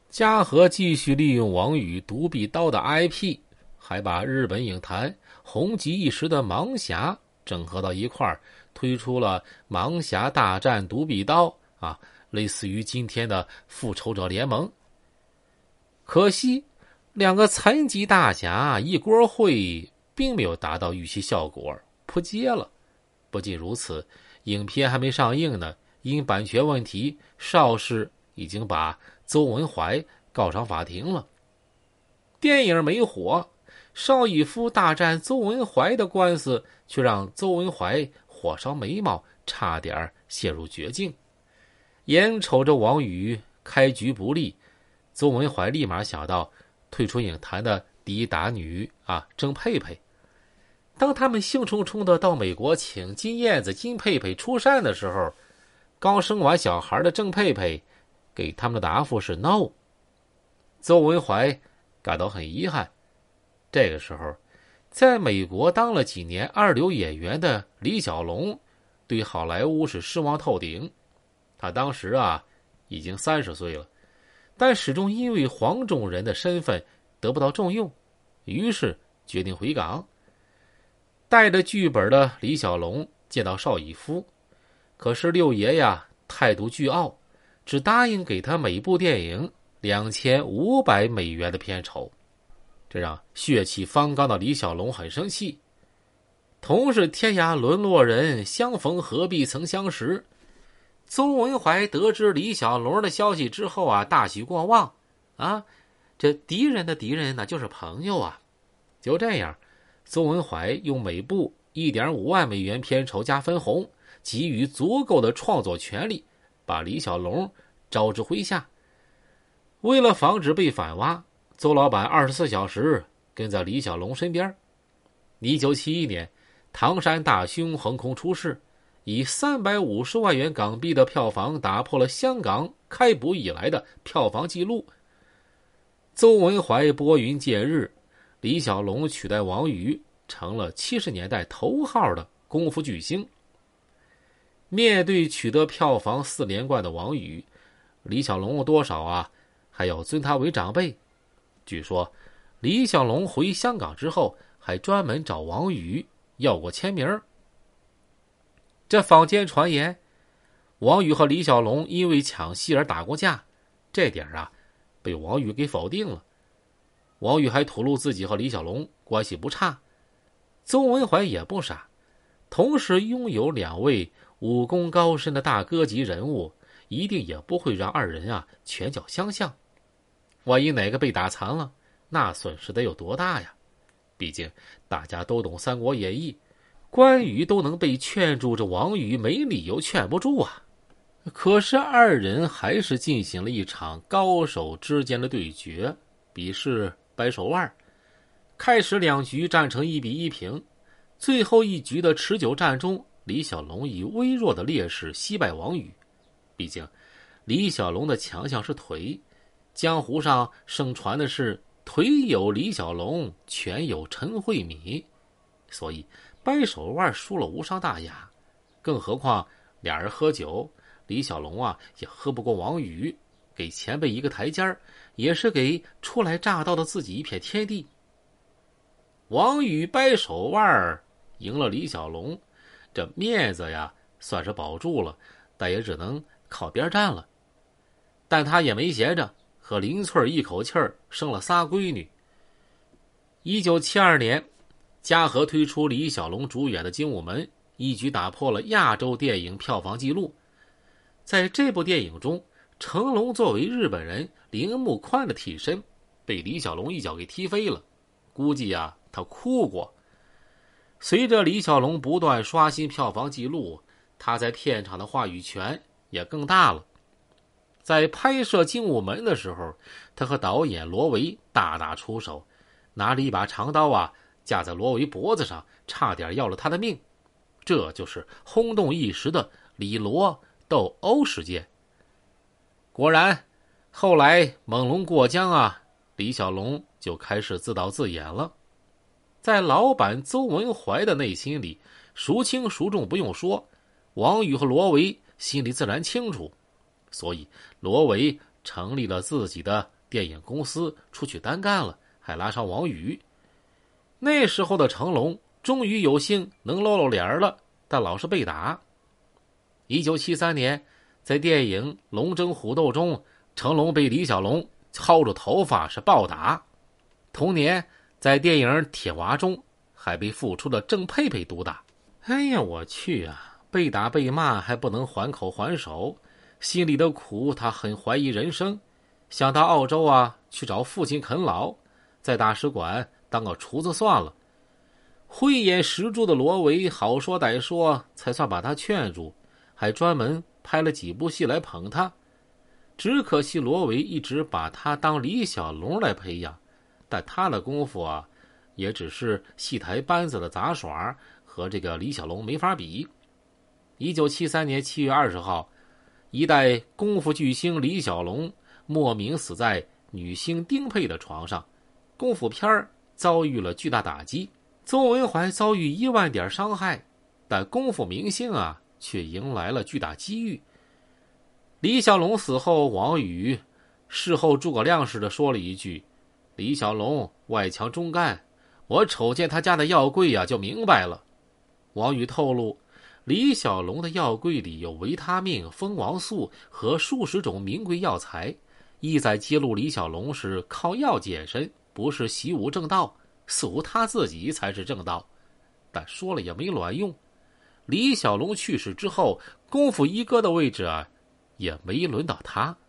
嘉禾继续利用王宇独臂刀的 IP， 还把日本影坛红极一时的盲侠整合到一块儿，推出了盲侠大战独臂刀类似于今天的复仇者联盟。可惜两个残疾大侠一锅烩，并没有达到预期效果，扑街了。不仅如此，影片还没上映呢，因版权问题，邵氏已经把邹文怀告上法庭了。电影没火，邵逸夫大战邹文怀的官司却让邹文怀火烧眉毛，差点陷入绝境。眼瞅着王宇开局不利，邹文怀立马想到退出影坛的第一打女郑佩佩。当他们兴冲冲的到美国请金燕子金佩佩出山的时候，刚生完小孩的郑佩佩给他们的答复是 no。 邹文怀感到很遗憾。这个时候，在美国当了几年二流演员的李小龙对好莱坞是失望透顶。他当时已经30岁了，但始终因为黄种人的身份得不到重用，于是决定回港。带着剧本的李小龙见到邵逸夫，可是六爷态度倨傲，只答应给他每部电影$2500的片酬，这让血气方刚的李小龙很生气。同是天涯沦落人，相逢何必曾相识。邹文怀得知李小龙的消息之后大喜过望这敌人的敌人就是朋友就这样，邹文怀用每部$1.5万片酬加分红，给予足够的创作权利，把李小龙招之麾下。为了防止被反挖，邹老板24小时跟在李小龙身边。1971年，唐山大兄横空出世，以350万港币的票房打破了香港开埠以来的票房纪录。邹文怀拨云见日，李小龙取代王宇，成了70年代头号的功夫巨星。面对取得票房4连冠的王宇，李小龙多少还要尊他为长辈。据说李小龙回香港之后，还专门找王宇要过签名。这坊间传言，王宇和李小龙因为抢戏而打过架，这点被王宇给否定了。王宇还吐露自己和李小龙关系不差。邹文怀也不傻，同时拥有2位武功高深的大哥级人物，一定也不会让二人拳脚相向。万一哪个被打残了，那损失得有多大呀？毕竟大家都懂《三国演义》，关羽都能被劝住，这王宇没理由劝不住可是二人还是进行了一场高手之间的对决，比试掰手腕。开始2局战成1比1平，最后一局的持久战中，李小龙以微弱的劣势击败王宇。毕竟李小龙的强项是腿，江湖上盛传的是腿有李小龙，拳有陈慧敏，所以掰手腕输了无伤大雅。更何况俩人喝酒，李小龙也喝不过王宇，给前辈一个台阶，也是给初来乍到的自己一片天地。王宇掰手腕赢了李小龙，这面子算是保住了，但也只能靠边站了。但他也没闲着，和林翠一口气生了仨闺女。1972年，嘉禾推出李小龙主演的《精武门》，一举打破了亚洲电影票房纪录。在这部电影中，成龙作为日本人铃木宽的替身，被李小龙一脚给踢飞了，估计他哭过。随着李小龙不断刷新票房纪录，他在片场的话语权也更大了。在拍摄《精武门》的时候，他和导演罗维大打出手，拿着一把长刀架在罗维脖子上，差点要了他的命。这就是轰动一时的李罗斗殴事件。果然，后来猛龙过江李小龙就开始自导自演了。在老板邹文怀的内心里，孰轻孰重不用说，王宇和罗维心里自然清楚，所以罗维成立了自己的电影公司出去单干了，还拉上王宇。那时候的成龙终于有幸能露脸了，但老是被打。1973年，在电影《龙争虎斗》中，成龙被李小龙薅住头发是暴打。同年，在电影《铁娃》中，还被复出的郑佩佩毒打。哎呀，我去啊！被打被骂还不能还口还手，心里的苦他很怀疑人生，想到澳洲去找父亲啃老，在大使馆当个厨子算了。慧眼识珠的罗维好说歹说，才算把他劝住，还专门拍了几部戏来捧他。只可惜罗维一直把他当李小龙来培养，但他的功夫也只是戏台班子的杂耍，和这个李小龙没法比。1973年7月20号，一代功夫巨星李小龙莫名死在女星丁佩的床上，功夫片遭遇了巨大打击，邹文怀遭遇1万点伤害，但功夫明星却迎来了巨大机遇。李小龙死后，王宇事后诸葛亮似的说了一句：“李小龙外强中干，我瞅见他家的药柜就明白了。”王宇透露，李小龙的药柜里有维他命、蜂王素和数十种名贵药材，意在揭露李小龙是靠药健身，不是习武正道，似乎他自己才是正道。但说了也没卵用，李小龙去世之后，功夫一哥的位置也没轮到他。